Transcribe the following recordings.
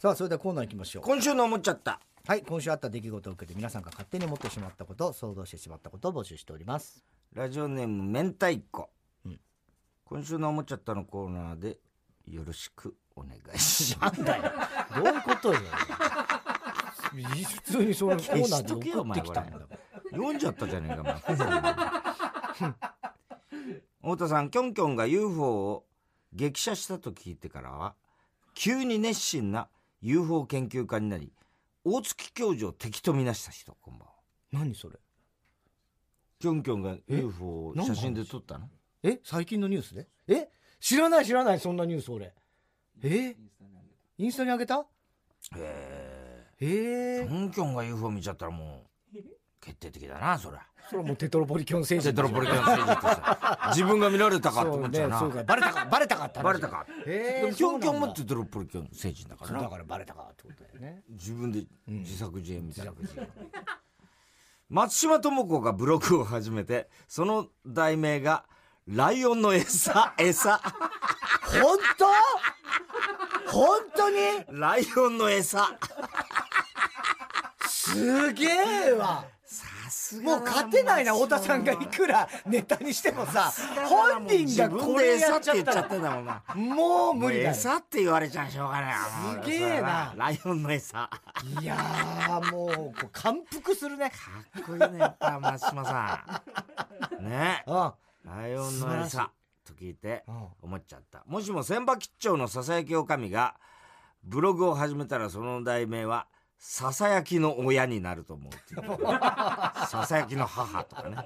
さあそれではコーナー行きましょう。 今週の思っちゃった。 はい、今週あった出来事を受けて皆さんが勝手に思ってしまったこと、想像してしまったことを募集しております。 ラジオネーム明太子、今週の思っちゃったのコーナーでよろしくお願いします。 なんだよ、どういうことよ。普通にそのコーナーで送ってきたんだ。 読んじゃったじゃねえか、お前。太田さん、キョンキョンが UFO を激写したと聞いてからは急に熱心な UFO 研究家になり、大月教授を敵とみなした人。こんばんは。 何それ。 キョンキョンが UFO を写真で撮ったの？ 最近のニュースで？知らないそんなニュース俺。インスタに上げた？ キョンキョンが UFO 見ちゃったらもう決定的だな、それ。 それはもうテトロポリキョン星人。 テトロポリキョン星人ってさ、自分が見られたかって思っちゃうな。 そうね、バレたかって話。 バレたか。でもキョンキョンもテトロポリキョン星人だからな。 だからバレたかってことだよね。 自分で自作自演みたいな。松島智子がブログを始めて、その題名がライオンの餌。 本当にライオンの餌。 すげえわ。 さすが。 もう勝てないな、太田さんがいくらネタにしてもさ、本人がこれやっちゃったらもう無理だよ。 餌って言われちゃうしょうがない。 すげえな。 ライオンの餌。 いやー、もう感服するね。 かっこいいね、やっぱ松島さん。ね。ライオンの餌と聞いて思っちゃった。もしも千葉吉兆のささやきおかみがブログを始めたら、その題名はささやきの親になると思うっていう。ささやきの母とかね。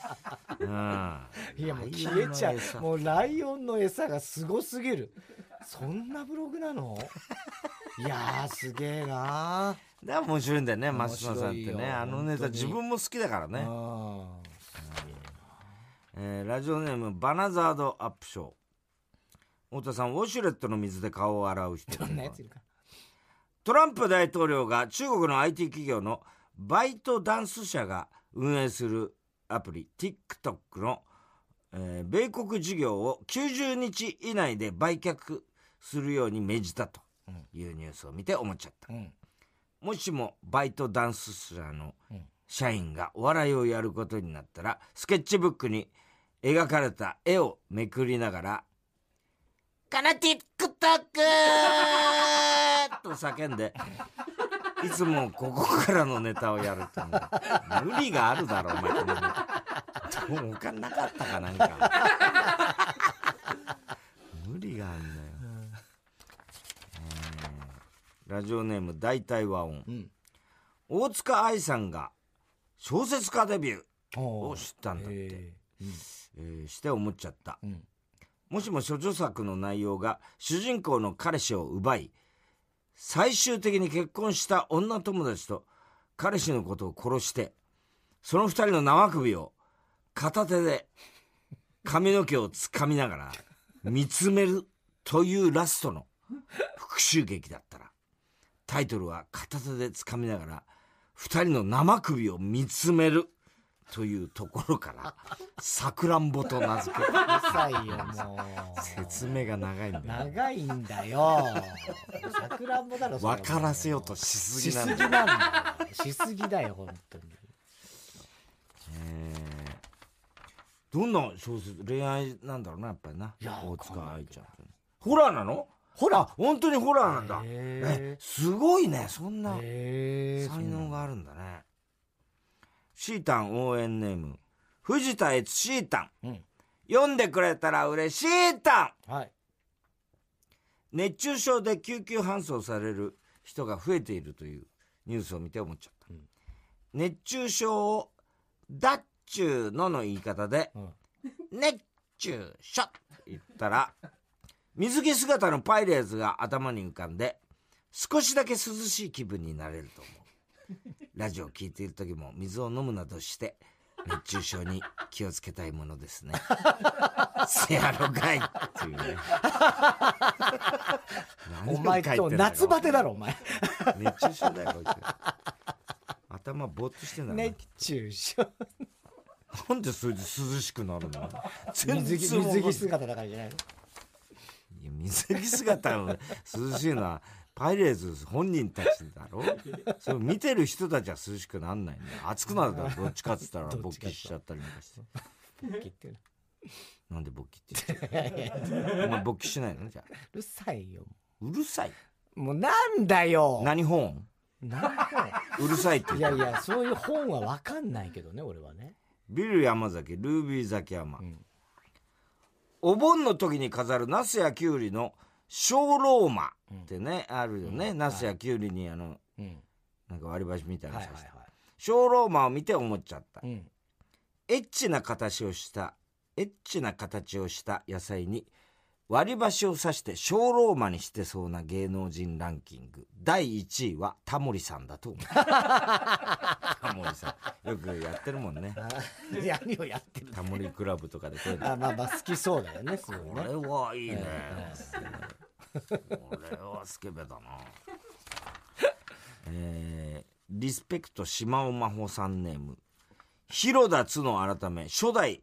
いやもう消えちゃう。もうライオンの餌がすごすぎる。そんなブログなの？いやー、すげえなー。 でも面白いんだよね、松島さんってね。あのネタ自分も好きだからね。ラジオネームバナザードアップショー。太田さん、ウォシュレットの水で顔を洗う人。 どんなやついるか。 トランプ大統領が中国の IT 企業のバイトダンス社が運営するアプリ TikTok の、米国事業を90日以内で売却するように命じたというニュースを見て思っちゃった。もしもバイトダンス社の社員がお笑いをやることになったら、スケッチブックに描かれた絵をめくりながら、この TikTok と叫んで、いつもここからのネタをやるって。無理があるだろ、お前。どう他なかったかなんか。無理があるんだよ。ラジオネーム大体和音。大塚愛さんが小説家デビューを知ったんだって。して思っちゃった。もしも処女作の内容が主人公の彼氏を奪い、最終的に結婚した女友達と彼氏のことを殺して、その二人の生首を片手で髪の毛を掴みながら見つめるというラストの復讐劇だったら、タイトルは片手で掴みながら二人の生首を見つめるというところからさくらんぼと名付ける。 うるさいよ、もう。 説明が長いんだよ。 長いんだよ。さくらんぼだろ。 分からせようとしすぎなんだよ。 しすぎなんだよ。しすぎだよ、本当に。 どんな小説、恋愛なんだろうな、やっぱりな。大塚愛ちゃん。ホラーなの？ホラー？本当にホラーなんだ。すごいね、そんな才能があるんだね。シータン応援ネーム、藤田悦シータン。読んでくれたら嬉しいタン。熱中症で救急搬送される人が増えているというニュースを見て思っちゃった。熱中症をだっちゅうのの言い方で、熱中症って言ったら、水着姿のパイレーツが頭に浮かんで、少しだけ涼しい気分になれると思う。ラジオを聞いている時も水を飲むなどして熱中症に気をつけたいものですね。せやろがいっていうね。 お前と夏バテだろ、お前。 熱中症だよ、こいつ。頭ぼーっとしてんだろ。 熱中症。 なんでそれで涼しくなるの？ 水着姿だからじゃないの？ いや、水着姿の涼しいのはパイレーツ本人たちだろそれ見てる人たちは涼しくなんないんだよ。暑くなるからどっちかっつったら勃起しちゃったりなんかして勃起ってなんで勃起って言ってお前勃起しないの？じゃあうるさいよ。 うるさい。 もうなんだよ。 何本？うるさいって言って。いやいや、そういう本は分かんないけどね、俺はね。 ビル山崎ルービー崎山、お盆の時に飾るナスやキュウリの小ローマってね、あるよね、ナスやキュウリになんか割り箸みたいなの刺した、小ローマを見て思っちゃった、エッチな形をした野菜に割り箸を刺して小ローマにしてそうな芸能人ランキング第1位はタモリさんだと思う。タモリさんよくやってるもんね。 何をやってる？ タモリクラブとかでこういうの。まあ好きそうだよね。 これはいいね。これはスケベだな。リスペクト島尾真帆さんネーム広田つの改め初代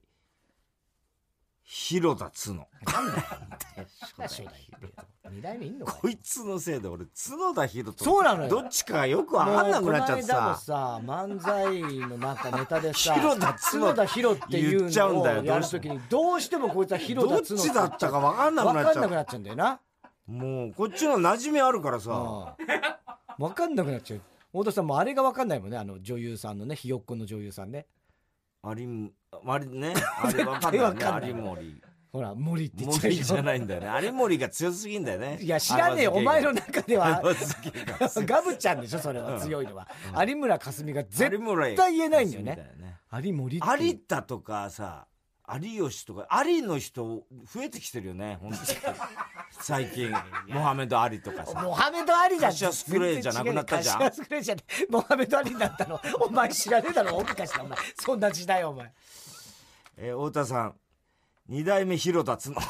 広田つの。 なんだよ初代2代目いんのかよ。 こいつのせいで俺角田博人そうなのよ。 どっちかよく分かんなくなっちゃってさ。 この間もさ漫才のなんかネタでさ広田博っていうのをやるときにどうしてもこいつは広田角どっちだったか分かんなくなっちゃう。 分かんなくなっちゃうんだよな。 もうこっちの馴染みあるからさ、 分かんなくなっちゃう。太田さんもあれが分かんないもんね。女優さんのね、ひよっこの女優さんね。あれね、あれ分かんないね。有森。ほら、森って言っちゃう。 森じゃないんだよね。有森が強すぎんだよね。 いや、知らねえよ。お前の中では。ガブちゃんでしょ、それは強いのは。有村架純が絶対言えないんだよね。有森って。 有田とかさ、有吉とか、有の人増えてきてるよね、本当に。最近、モハメド・アリとかさ。 モハメド・アリじゃん。 カシャスクレイじゃなくなったじゃん。 カシャスクレイじゃん。モハメド・アリになったの。お前知らねえだろ、おかしな、お前。そんな時代、お前。 太田さん、2代目広田つの。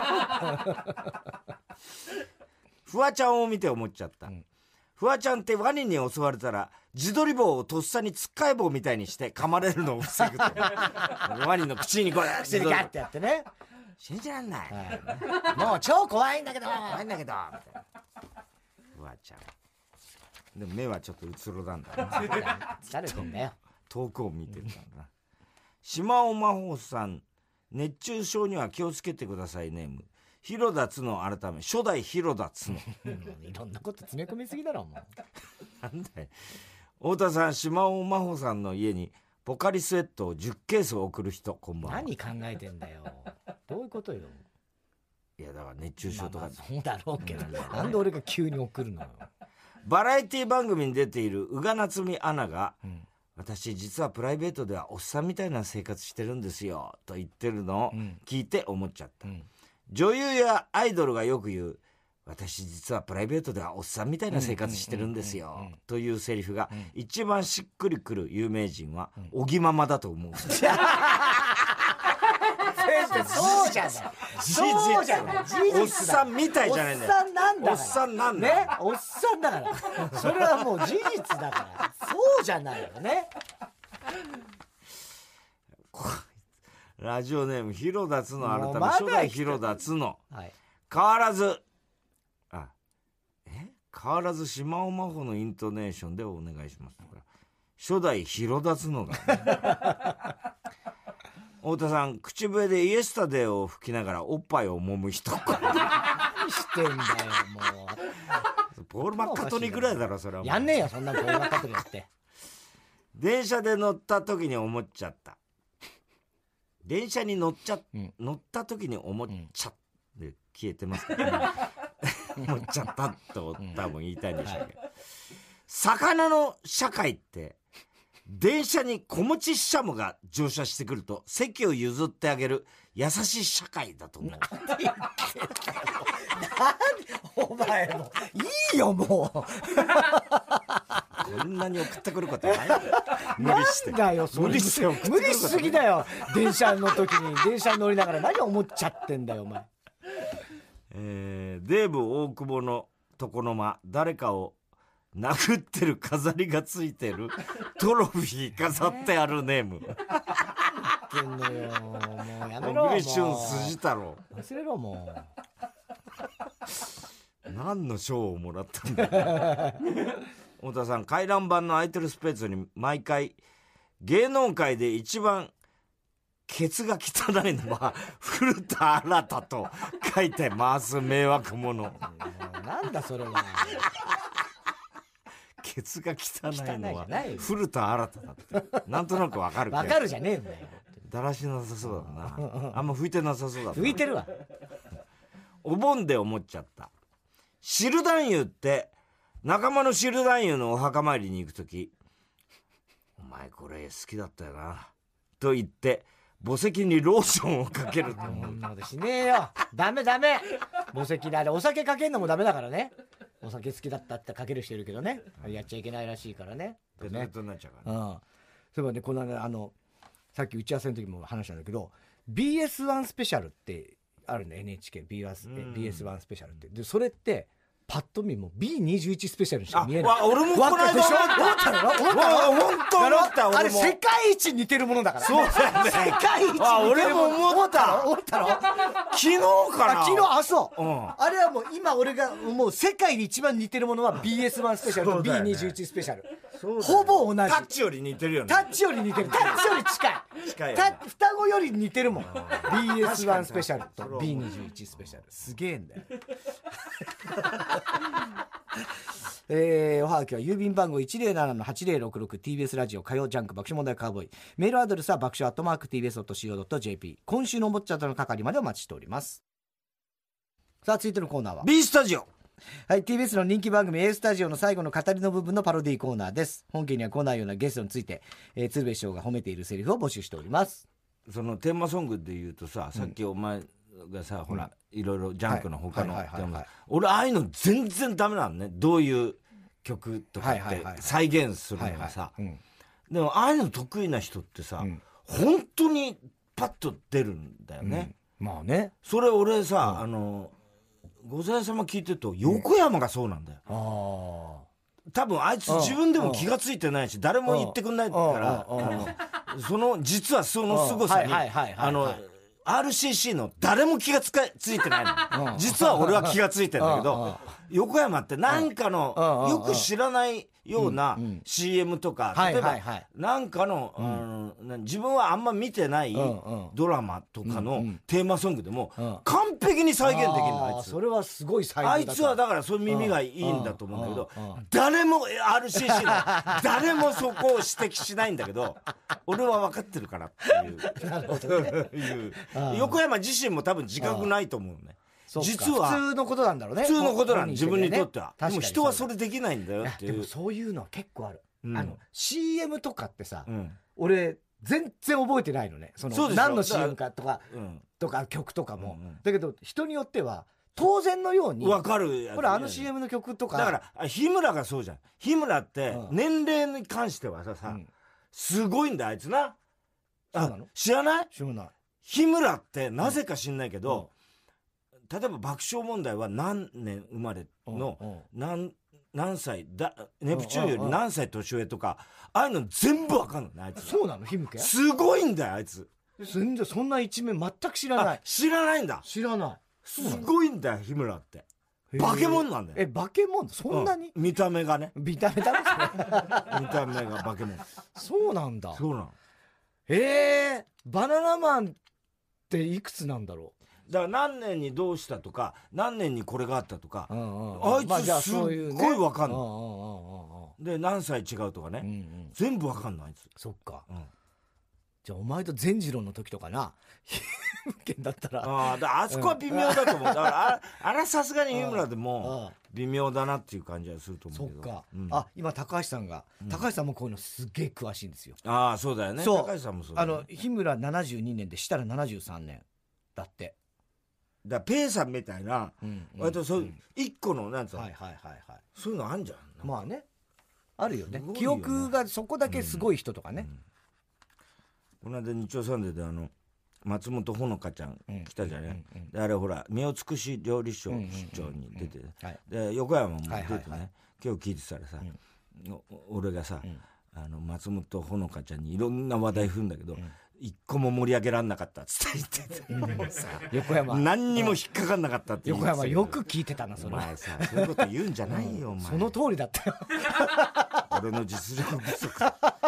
フワちゃんを見て思っちゃった。フワちゃんってワニに襲われたら自撮り棒をとっさにつっかえ棒みたいにして噛まれるのを防ぐと。ワニの口にこう口にガッてやってね。 信じらんない、 もう超怖いんだけどみたいな。 フワちゃんでも目はちょっとうつろなんだな。 疲れてんだよ。 遠くを見てるからな。島尾真帆さん、熱中症には気をつけてくださいネーム広田つの改め初代広田つの。 いろんなこと詰め込みすぎだろもう。 なんだよ。太田さん、島尾真帆さんの家にポカリスエットを10ケース送る人、こんばんは。 何考えてんだよ。どういうことよ。 いやだから熱中症とか、 そうだろうけど、なんで俺が急に送るのよ。 バラエティ番組に出ている宇賀なつみアナが、私実はプライベートではおっさんみたいな生活してるんですよと言ってるのを聞いて思っちゃった、女優やアイドルがよく言う私実はプライベートではおっさんみたいな生活してるんですよというセリフが一番しっくりくる有名人は小木ママだと思う。 そうじゃない。そうじゃない。 おっさんみたいじゃないんだよ。 おっさんなんだから。 おっさんなんだよ。 ね、おっさんだから。それはもう事実だから。そうじゃないよね。 ラジオネーム広田つの改め初代広田つの、 はい、 変わらず島尾真帆のイントネーションでお願いします。初代広田つのだ、ね。太田さん、口笛でイエスタデーを吹きながらおっぱいを揉む人。 何してんだよもう。ポール・マッカートニーぐらいだろそれは。 やんねえよそんなポール・マッカートニーやって。 電車で乗った時に思っちゃった。電車に乗った時に思っちゃって消えてますからね。思っちゃったと多分言いたいんでしょうけど、魚の社会って電車に子持ちしゃもが乗車してくると席を譲ってあげる優しい社会だと思う。 お前もいいよもう。 こんなに送ってくることないんだよ。無理して。 だよ無理して無理しすぎだよ。電車の時に電車に乗りながら何思っちゃってんだよお前。 デーブ大久保の床の間、誰かを殴ってる飾りがついてるトロフィー飾ってあるネーム。 言ってんのよもうやめろ。 小栗旬筋太郎。 忘れろもう。 何の賞をもらったんだ太田さん、回覧板の空いてるスペースに毎回芸能界で一番ケツが汚いのは古田新太と書いて回す迷惑者。 なんだそれは。 ケツが汚いのは古田新太だって。なんとなくわかるけど。 わかるじゃねえんだよ。 だらしなさそうだな。あんま拭いてなさそうだな。 拭いてるわ。 お盆で思っちゃった。汁男優って仲間の汁男優のお墓参りに行くとき、お前これ好きだったよなと言って墓石にローションをかけると思う。 そんなことしねえよ。ダメ。墓石であれお酒かけんのもダメだからね。お酒好きだったってかける人いるけどね。やっちゃいけないらしいからね。 ペットペットになっちゃうから、ね。 そういえばね、このさっき打ち合わせの時も話したんだけど、BS1 スペシャルってあるね、NHK BS1 スペシャルって。でそれってパッと見も B21 スペシャルにしか見えない。 俺もこの間思ったの。 思った。 あれ世界一似てるものだから。 そうだよね。 世界一似てる。 俺も思ったの。 昨日かな。 昨日そう。あれはもう今俺がもう世界に一番似てるものは BS1 スペシャルと B21 スペシャル。ほぼ同じ。 タッチより似てるよね。 タッチより似てる。タッチより近い。双子より似てるもん。BS1 スペシャルと B21 スペシャル。すげえんだよ。おはがきは郵便番号 107-8066 TBS ラジオ火曜ジャンク爆笑問題カーボーイ。メールアドレスは爆笑@tbs.co.jp。今週のおもちゃとの係までお待ちしております。さあ続いてのコーナーは B スタジオ。 はい、TBS の人気番組 A スタジオの最後の語りの部分のパロディーコーナーです。本家には来ないようなゲストについて、鶴瓶師匠が褒めているセリフを募集しております。 そのテーマソングで言うとさ、さっきお前がさ、ほらいろいろジャンクの他のテーマ、俺ああいうの全然ダメなのね。どういう曲とかって再現するのがさ、でもああいうの得意な人ってさ、本当にパッと出るんだよね。 まあね。 それ俺さ、御前様聞いてると横山がそうなんだよ。多分あいつ自分でも気がついてないし、誰も言ってくんないから、実はその凄さにRCC の誰も気がついてないの。実は俺は気がついてんだけど、横山ってなんかのよく知らないような CM とか、例えばなんかの自分はあんま見てないドラマとかのテーマソングでも完璧に再現できるの。あいつそれはすごい才能だ。 あいつはだからそういう耳がいいんだと思うんだけど、誰も RCC の誰もそこを指摘しないんだけど、俺は分かってるからっていう横山自身も多分自覚ないと思うね。実は普通のことなんだろうね。 普通のことなん、自分にとっては。でも人はそれできないんだよっていう。 でもそういうのは結構ある。CM とかってさ、俺全然覚えてないのね。その何の CM かとか曲とかも。だけど人によっては当然のように分かるやつ。 これCM の曲とか。 だから日村がそうじゃん。日村って年齢に関してはさ、すごいんだあいつな。知らない？ 知らない。 日村ってなぜか知んないけど、例えば爆笑問題は何年生まれの何歳だ、ネプチューンより何歳年上とか、ああいうの全部わかんのね、あいつ。 そうなの？日向？ すごいんだよあいつ。 そんな一面全く知らない。 知らないんだ。 知らない。 すごいんだよ日村って。化け物なんだよ。 化け物？そんなに？ 見た目がね。 見た目だろ見た目が化け物。 そうなんだ。 そうなの。 バナナマンっていくつなんだろう。 だから何年にどうしたとか、何年にこれがあったとか、あいつすっごい分かんの。で何歳違うとかね、全部分かんのあいつ。 そっか。じゃあお前と善次郎の時とかな、日村だったら。 あそこは微妙だと思う。だからあれさすがに日村でも微妙だなっていう感じはすると思うけど。 そっか。今高橋さんもこういうのすげえ詳しいんですよ。 そうだよね。高橋さんもそうだね。 日村72年でしたら73年だって。 だからペイさんみたいな割とそういう一個のなんつうの、そういうのあんじゃん。 まあね、あるよね。記憶がそこだけすごい人とかね。 この間日曜サンデーで松本穂香ちゃん来たじゃね。であれほら身を尽くし料理賞出張に出て、で横山も出てね、今日聞いてたらさ、俺がさ松本穂香ちゃんにいろんな話題振るんだけど、 一個も盛り上げらんなかったっつって言ってて、さ横山何にも引っかかんなかったって言ってた。 横山よく聞いてたなそれ。 お前さ、そういうこと言うんじゃないよお前。 その通りだったよ。 俺の実力不足。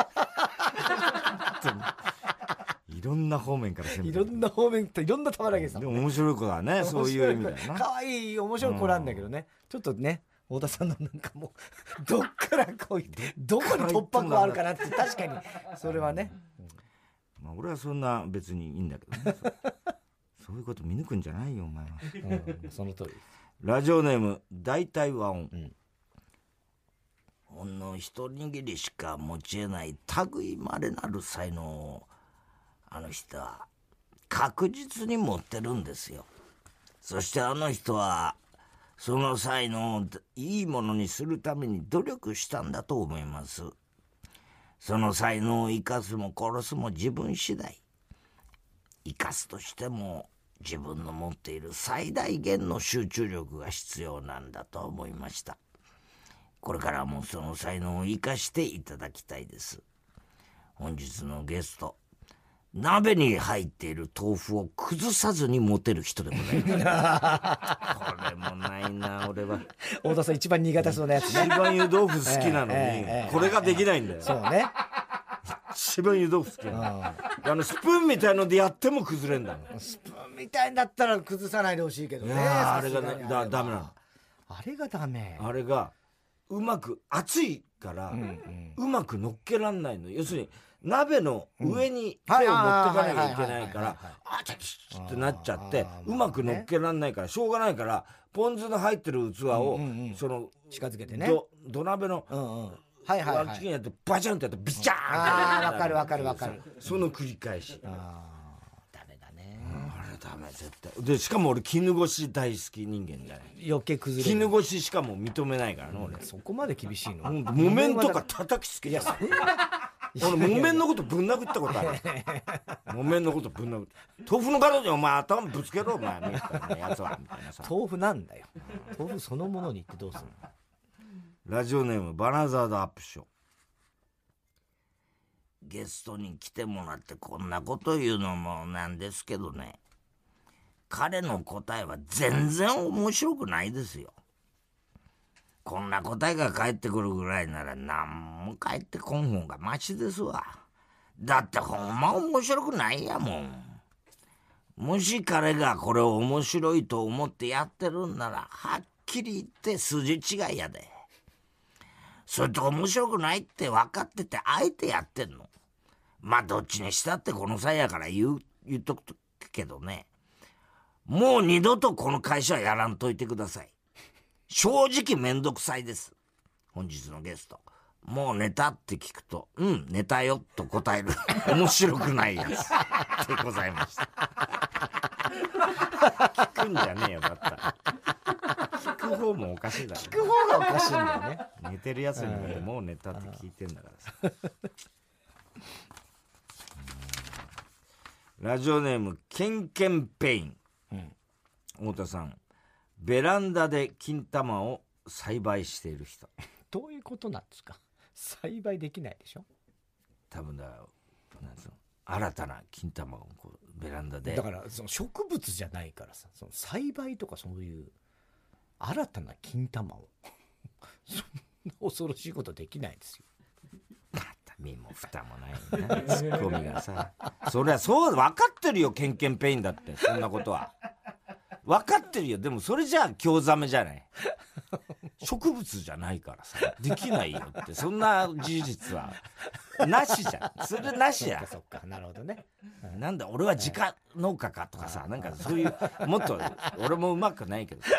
いろんな方面から攻めてる。 いろんな方面といろんな玉投げさん。 でも面白い子だね、そういう意味だよな。 可愛い面白い子なんだけどね。ちょっとね、太田さんのなんかもうどっからこうどこに突破口あるかなって確かにそれはね。 まあ俺はそんな別にいいんだけどね。そういうこと見抜くんじゃないよお前は。 その通り。 ラジオネーム大体和音。ほんの一握りしか持ち得ない類まれなる才能をあの人は確実に持ってるんですよ。そしてあの人はその才能をいいものにするために努力したんだと思います。その才能を生かすも殺すも自分次第。生かすとしても自分の持っている最大限の集中力が必要なんだと思いました。これからもその才能を生かしていただきたいです。本日のゲスト、鍋に入っている豆腐を崩さずに持てる人でございます。これもないな俺は。 太田さん一番苦手そうなやつね。 一番湯豆腐好きなのに、これができないんだよ。 そうね。 一番湯豆腐好きなの。スプーンみたいのでやっても崩れんだもん。 スプーンみたいんだったら崩さないでほしいけどね。 あれがダメなの。 あれがダメ。 あれがうまく熱いから、うまく乗っけらんないの。要するに鍋の上に手を持ってかなきゃいけないからあちゃちゃってなっちゃってうまく乗っけらんないからしょうがないから、ポン酢の入ってる器をその近づけてね、 土鍋の脇にやってバチャンってやってビチャーンって。 ああ、わかるわかるわかる。 その繰り返し。 ダメだね。 あれダメ絶対。でしかも俺絹ごし大好き人間じゃない。 余計崩れる。 絹ごししかも認めないからね俺。 そこまで厳しいの。 木綿とか叩きつけて。俺木綿のことぶん殴ったことある。木綿のことぶん殴って。豆腐の彼女お前頭ぶつけろお前みたいなやつはみたいなさ。 豆腐なんだよ。豆腐そのものに言ってどうするの。 ラジオネームバナザードアップショー。ゲストに来てもらってこんなこと言うのもなんですけどね、彼の答えは全然面白くないですよ。こんな答えが返ってくるぐらいなら何も返ってこん方がマシですわ。だってほんま面白くないやもん。もし彼がこれを面白いと思ってやってるんならはっきり言って筋違いやで。それと面白くないって分かっててあえてやってんの。まあどっちにしたってこの際やから言っとくけどね、もう二度とこの会社はやらんといてください。正直めんどくさいです。本日のゲスト、もう寝たって聞くとうん寝たよと答える面白くないやつでございました。聞くんじゃねえよだったら。聞く方もおかしいだろ。 聞く方がおかしいんだよね。 寝てるやつにもう寝たって聞いてんだからさ。ラジオネームケンケンペイン。太田さん、ベランダで金玉を栽培している人。 どういうことなんですか。栽培できないでしょ。 多分だよ、なんつうの、新たな金玉をこうベランダで。 だからその植物じゃないからさ、その栽培とかそういう新たな金玉をそんな恐ろしいことできないですよ。 身も蓋もないなツッコミがさ。そりゃそう分かってるよケンケンペインだって。そんなことは分かってるよ。でもそれじゃあ興ざめじゃない。植物じゃないからさできないよって、そんな事実はなしじゃん。それなしや。 そっかなるほどね。 なんだ俺は自家農家かとかさ、なんかそういうもっと俺もうまくないけど、ね、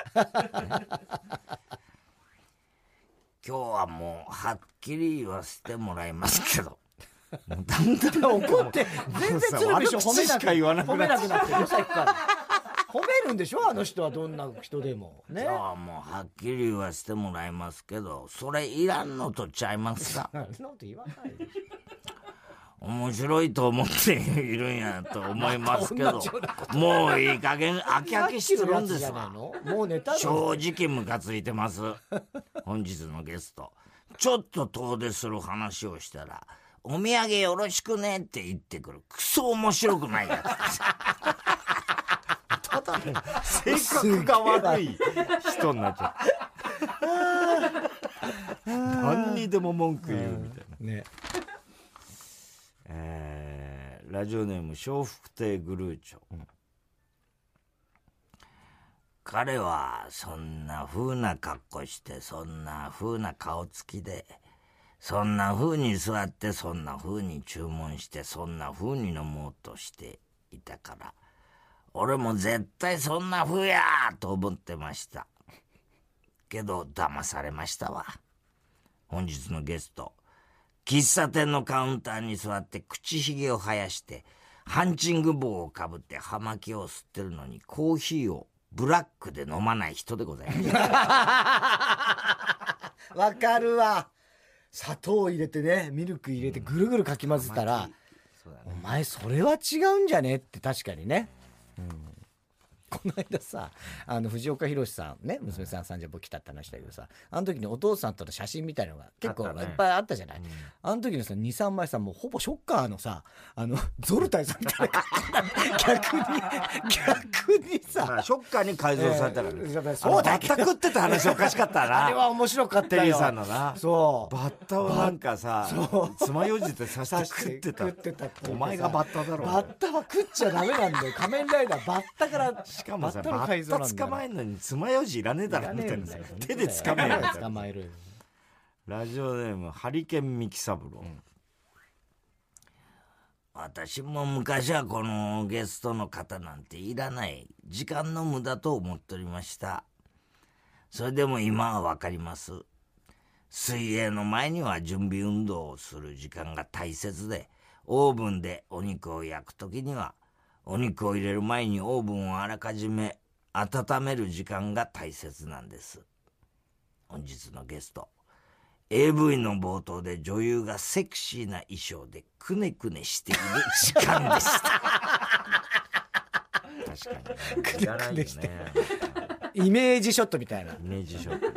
今日はもうはっきり言わせてもらいますけど、もうだんだん怒って全然鶴瓶師匠褒めなくなってる。さっきから褒めるんでしょあの人は。どんな人でもね。 今日はもうはっきり言わせてもらいますけど、それいらんのとちゃいますか。 そんなこと言わないで。 面白いと思っているんやと思いますけど、もういい加減飽き飽きしてるんですわ。 もう寝た。 正直ムカついてます。本日のゲスト、ちょっと遠出する話をしたらお土産よろしくねって言ってくるクソ面白くないやつただね性格が悪い人になっちゃう何にでも文句言うみたいなね。 ラジオネーム笑福亭グルーチョ、彼はそんな風な格好してそんな風な顔つきでそんな風に座ってそんな風に注文してそんな風に飲もうとしていたから俺も絶対そんな風やと思ってましたけど騙されましたわ。本日のゲスト喫茶店のカウンターに座って口ひげを生やしてハンチング帽をかぶって葉巻を吸ってるのにコーヒーをブラックで飲まない人でございますわかるわ。砂糖を入れてね、ミルク入れてぐるぐるかき混ぜたら、お前それは違うんじゃねって確かにね、この間さ藤岡弘さんね、娘さんサンジャポ来たって話だけどさ、あの時にお父さんとの写真みたいなのが結構いっぱいあったじゃない、あの時のさ 2,3 枚さもうほぼショッカーのさゾルタイさんみたいな逆にさ、 ショッカーに改造されたからね、 そうだけどバッタ食ってた話おかしかったなあれは面白かったよ、 テリーさんのな。 そうバッタをなんかさ爪楊枝で刺して食ってたお前がバッタだろ。 バッタは食っちゃダメなんだよ。仮面ライダーバッタからしかもさバッタのバ改造なんだよッタ捕まえるのに爪楊枝いらねえだろみたいな、手で捕まえるみたいな。 捕まえる。 ラジオネームハリケーンミキサブロー、私も昔はこのゲストの方なんていらない時間の無駄と思っておりました。それでも今は分かります。水泳の前には準備運動をする時間が大切で、オーブンでお肉を焼くときにはお肉を入れる前にオーブンをあらかじめ温める時間が大切なんです。本日のゲストAV の冒頭で女優がセクシーな衣装でクネクネしている時間でした確かに、 クネクネしてイメージショットみたいな。 イメージショット、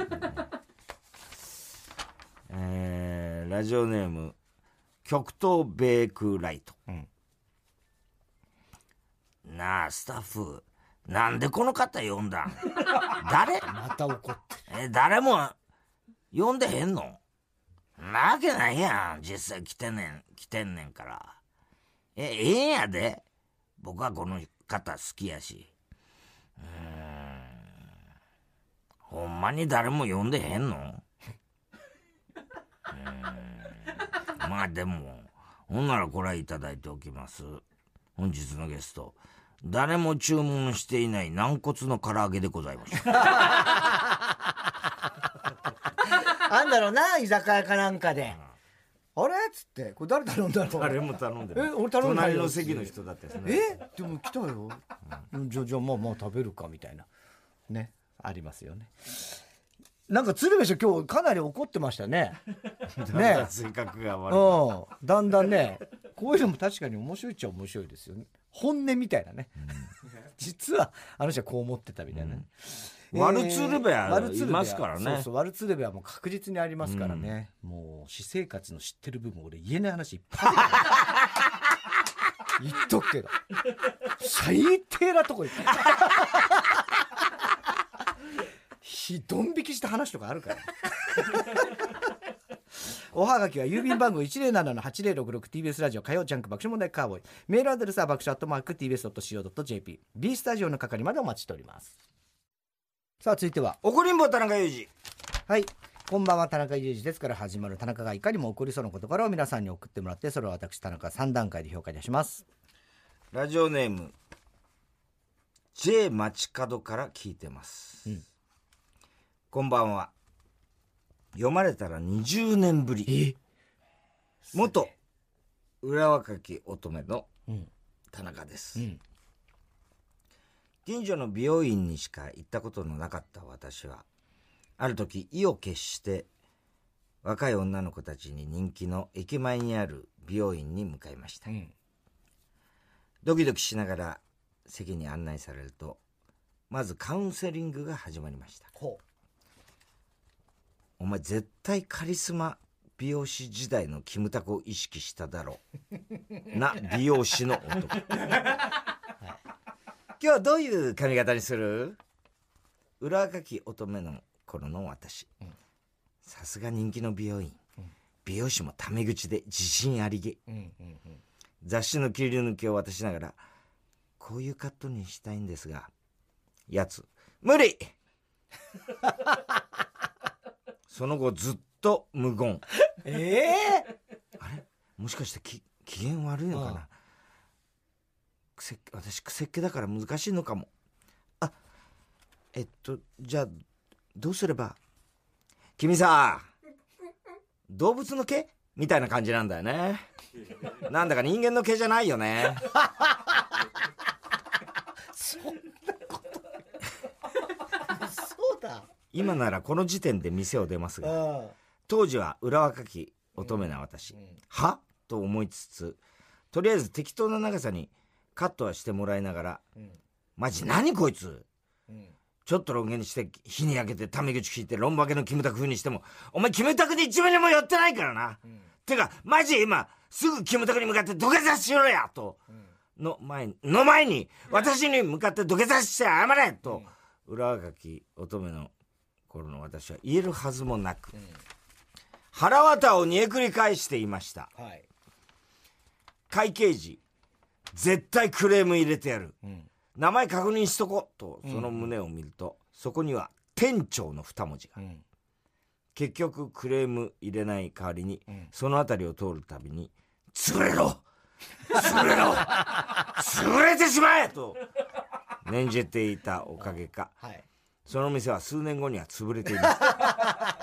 ラジオネーム極東ベークライト、なあスタッフなんでこの方呼んだん誰また怒って誰も呼んでへんのなわけないやん、実際来てんねんから。ええんやで、僕はこの方好きやし。ほんまに誰も呼んでへんのまあでもほんならこれはいただいておきます。本日のゲスト誰も注文していない軟骨の唐揚げでございましたなんだろうな、居酒屋かなんかで、あれっつってこれ誰頼んだろう。 誰も頼んでない。 俺頼んだよ。 隣の席の人だってね。 でも来たよ、じゃあまあ食べるかみたいなね、ありますよね。なんか鶴瓶師匠今日かなり怒ってましたねね、性格が悪い、 だんだんね、こういうのも確かに面白いっちゃ面白いですよね。本音みたいなね、実はあの人はこう思ってたみたいなね、 ワルツルベはいますからね。 ワルツルベはもう確実にありますからね、もう私生活の知ってる部分俺言えない話いっぱい言っとくけど最低なとこ行ってドン引きした話とかあるからおはがきは郵便番号 107-8066TBS ラジオ火曜ジャンク爆笑問題カーボーイ、メールアドレスは爆笑@tbs.co.jp、 B スタジオの係までお待ちしております。さあ続いては怒りんぼ田中裕二。 はい、こんばんは、田中裕二ですから始まる田中がいかにも起こりそうな事柄を皆さんに送ってもらって、それを私田中3段階で評価いたします。 ラジオネーム J 街角から聞いてます、こんばんは。読まれたら20年ぶり、元浦和かき乙女の田中です、近所の美容院にしか行ったことのなかった私は、ある時意を決して若い女の子たちに人気の駅前にある美容院に向かいました、ドキドキしながら席に案内されると、まずカウンセリングが始まりました。お前絶対カリスマ美容師時代のキムタクを意識しただろうな美容師の男、はい、今日はどういう髪型にする？裏若き乙女の頃の私、さすが人気の美容院、美容師もタメ口で自信ありげ、雑誌の切り抜きを渡しながら、こういうカットにしたいんですが、やつ無理その後ずっと無言。あれもしかして機嫌悪いのかな。私癖っ気だから難しいのかも。じゃあどうすれば。君さ、動物の毛みたいな感じなんだよね。なんだか人間の毛じゃないよね。 そんなことそうだ。 今ならこの時点で店を出ますが、当時は裏若き乙女な私、はと思いつつ、とりあえず適当な長さにカットはしてもらいながら、マジ何こいつ、ちょっとロン毛にして火に焼けてタメ口引いてロンバケのキムタク風にしても、お前キムタクで1ミリも寄ってないからな、てかマジ今すぐキムタクに向かって土下座しろやと、の前に私に向かって土下座して謝れと、裏若き乙女の頃の私は言えるはずもなく、腹渡を煮えくり返していました、はい、会計時絶対クレーム入れてやる、名前確認しとこうとその胸を見ると、そこには店長の2文字が、結局クレーム入れない代わりに、その辺りを通るたびに潰れろ潰れてしまえと念じていたおかげか、その店は数年後には潰れています。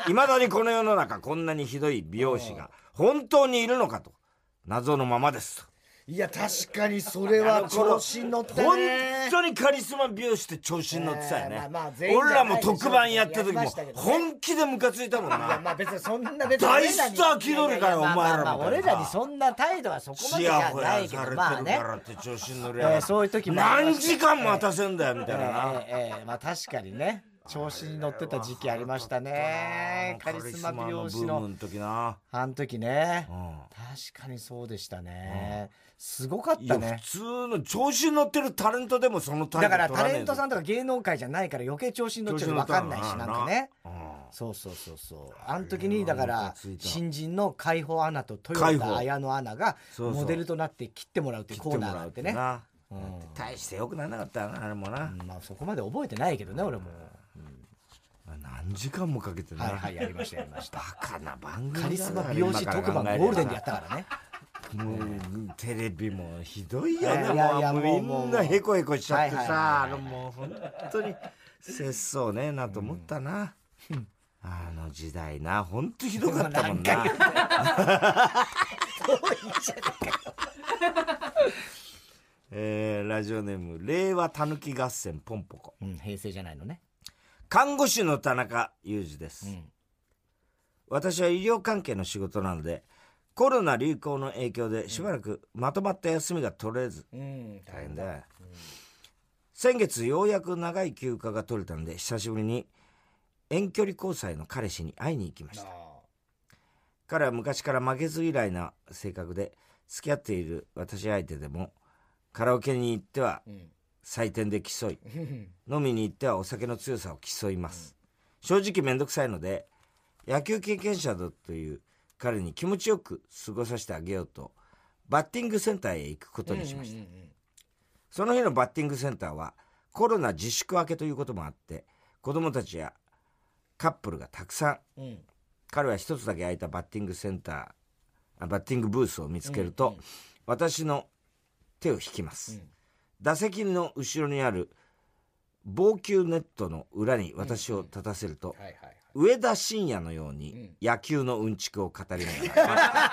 いまだにこの世の中こんなにひどい美容師が本当にいるのかと謎のままですと。 いや確かにそれは調子に乗ってね。 本当にカリスマ美容師って調子に乗ってたよね、俺らも特番やった時も本気でムカついたもんな。 いやまあ別にそんな別に大スター気取りかよお前らも。 俺らにそんな態度はそこまでじゃないけど、まあね、 って調子に乗りやがって、 そういう時も何時間待たせんだよみたいなな、 まあ確かにね調子に乗ってた時期ありましたね。カリスマ美容師のブームの時な、 あの時ね、確かにそうでしたね、すごかったね。 いや普通の調子に乗ってるタレントでもその態度だからタレントさんとか芸能界じゃないから余計調子に乗っちゃうと分かんないし、なんかね、そうあの時にだから新人の海保アナと豊田綾乃アナがモデルとなって切ってもらうっていうコーナーがあってね、 大してよくならなかったなあれもな、 まあそこまで覚えてないけどね俺も、 何時間もかけてね、 やりましたバカな番組だな。 カリスマ美容師特番ゴールデンでやったからね。 もうテレビもひどいよね、もうみんなヘコヘコしちゃってさ、もう本当に節操ねえなと思ったな、あの時代な、本当ひどかったもんな。ラジオネーム令和たぬき合戦ポンポコ、 平成じゃないのね。 看護師の田中裕二です、私は医療関係の仕事なのでコロナ流行の影響でしばらくまとまった休みが取れず、大変だ、先月ようやく長い休暇が取れたので久しぶりに遠距離交際の彼氏に会いに行きました。彼は昔から負けず嫌いな性格で、付き合っている私相手でもカラオケに行っては採点で競い、飲みに行ってはお酒の強さを競います、正直めんどくさいので野球経験者だという彼に気持ちよく過ごさせてあげようとバッティングセンターへ行くことにしました、その日のバッティングセンターはコロナ自粛明けということもあって子供たちやカップルがたくさん、彼は一つだけ空いたバッティングブースを見つけると、私の手を引きます、打席の後ろにある防球ネットの裏に私を立たせると、上田晋也のように野球のうんちくを語りなが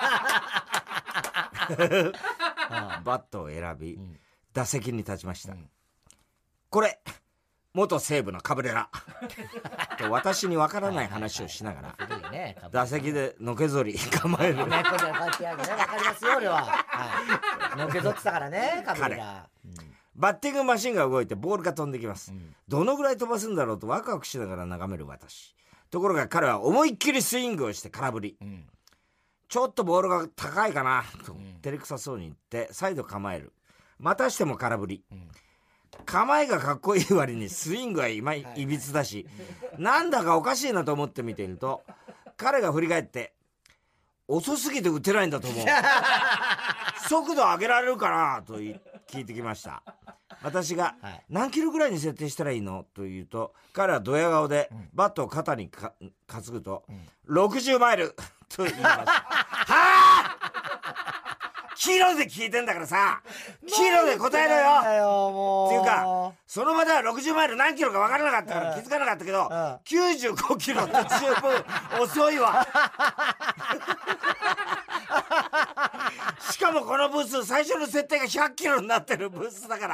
らバットを選び、打席に立ちました、これ元西武のカブレラと私に分からない話をしながら打席でのけぞり構える、 分かりますよ俺は、のけぞってたからねカブレラ、 バッティングマシンが動いてボールが飛んできます、どのぐらい飛ばすんだろうとワクワクしながら眺める私。ところが彼は思いっきりスイングをして空振り、 ちょっとボールが高いかなと照れくさそうに言って再度構える。またしても空振り、構えがかっこいい割にスイングはいびつだし、なんだかおかしいなと思って見ていると、彼が振り返って、遅すぎて打てないんだと思う速度上げられるかなと聞いてきました。私が、何キロぐらいに設定したらいいのと言うと、彼はドヤ顔でバットを肩に担ぐと、60マイルと言いましたはあキロで聞いてんだからさ、キロで答えろよっていうか、その場では60マイル何キロか分からなかったから気づかなかったけど、95キロって十分遅いわしかもこのブース最初の設定が100キロになってるブースだから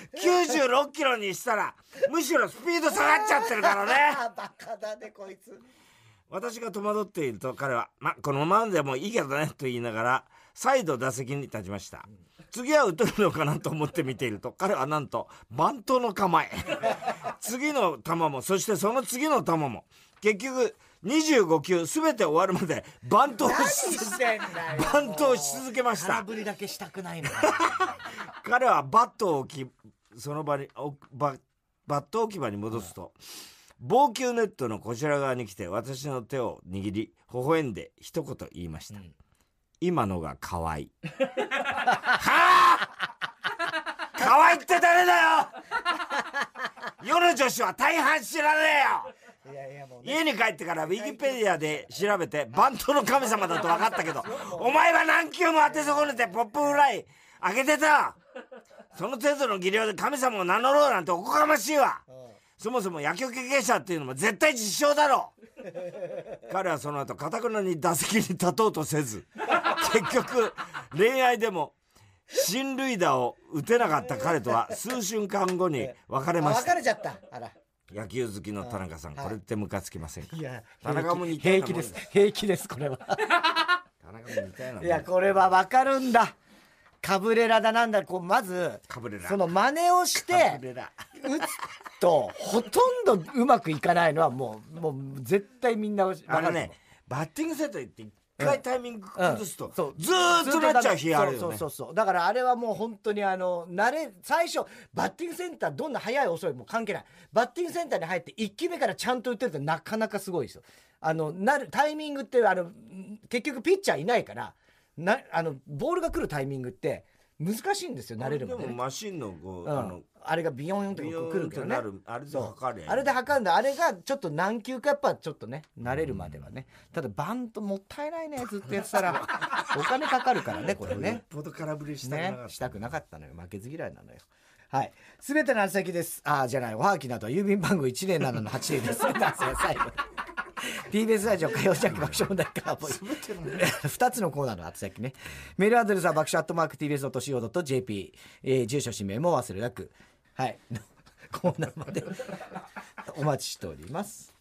、96キロにしたらむしろスピード下がっちゃってるからねバカだねこいつ。 私が戸惑っていると彼は、このままでもいいけどねと言いながら再度打席に立ちました。次は打てるのかなと思って見ていると、彼はなんとバントの構え次の球も、そしてその次の球も、結局25球すべて終わるまでバントをし続けました。 空振りだけしたくないの彼はバットを置き、その場にバット置き場に戻すと、防球ネットのこちら側に来て私の手を握り微笑んで一言言いました、今のが可愛いはあ可愛いって誰だよ世の女子は大半知らねえよ。いやもうね、家に帰ってからウィキペディアで調べてバントの神様だと分かったけどお前は何球も当て損ねてポップフライ上げてた。その程度の技量で神様を名乗ろうなんておこがましいわ。そもそも野球経験者っていうのも絶対実証だろ彼はその後堅くなに打席に立とうとせず、結局恋愛でも進塁打を打てなかった彼とは数瞬間後に別れました。 別れちゃった。あら、 野球好きの田中さん、これってムカつきませんか？ いや、 田中も似たようなもん平気です、平気ですこれは田中も似たようなもん。 いやこれは分かるんだ。カブレラだなんだ、こうまずその真似をして打つとほとんどうまくいかないのはもう絶対みんな分かるね。 バッティングセット行って一回タイミング崩すと、ずーっとなっちゃう日あるよね。 そうだからあれはもう本当に最初バッティングセンターどんな速い遅いも関係ない。バッティングセンターに入って1球目からちゃんと打ってるとなかなかすごいですよ。タイミングって結局ピッチャーいないからボールが来るタイミングって難しいんですよ、慣れるまで、ね、 でもマシンのあれがビヨーンと来るけどね、 あれで測るやん。 あれで測るんだ。あれがちょっと何球かやっぱちょっとね慣れるまではね。ただバントもったいないね、ずっとやってたらお金かかるからねこれね。 よっぽど空振りしたくなかったのよ。負けず嫌いなのよ。はい。すべての宛先です。じゃない、おはがきなどは郵便番号 107-80 です。最後TBS ラジオ火曜ジャンク爆笑問題カーボーイ2つのコーナーの宛先ね。メールアドレスは爆笑@tbs.co.jp、住所氏名も忘れなく、はいコーナーまでお待ちしております。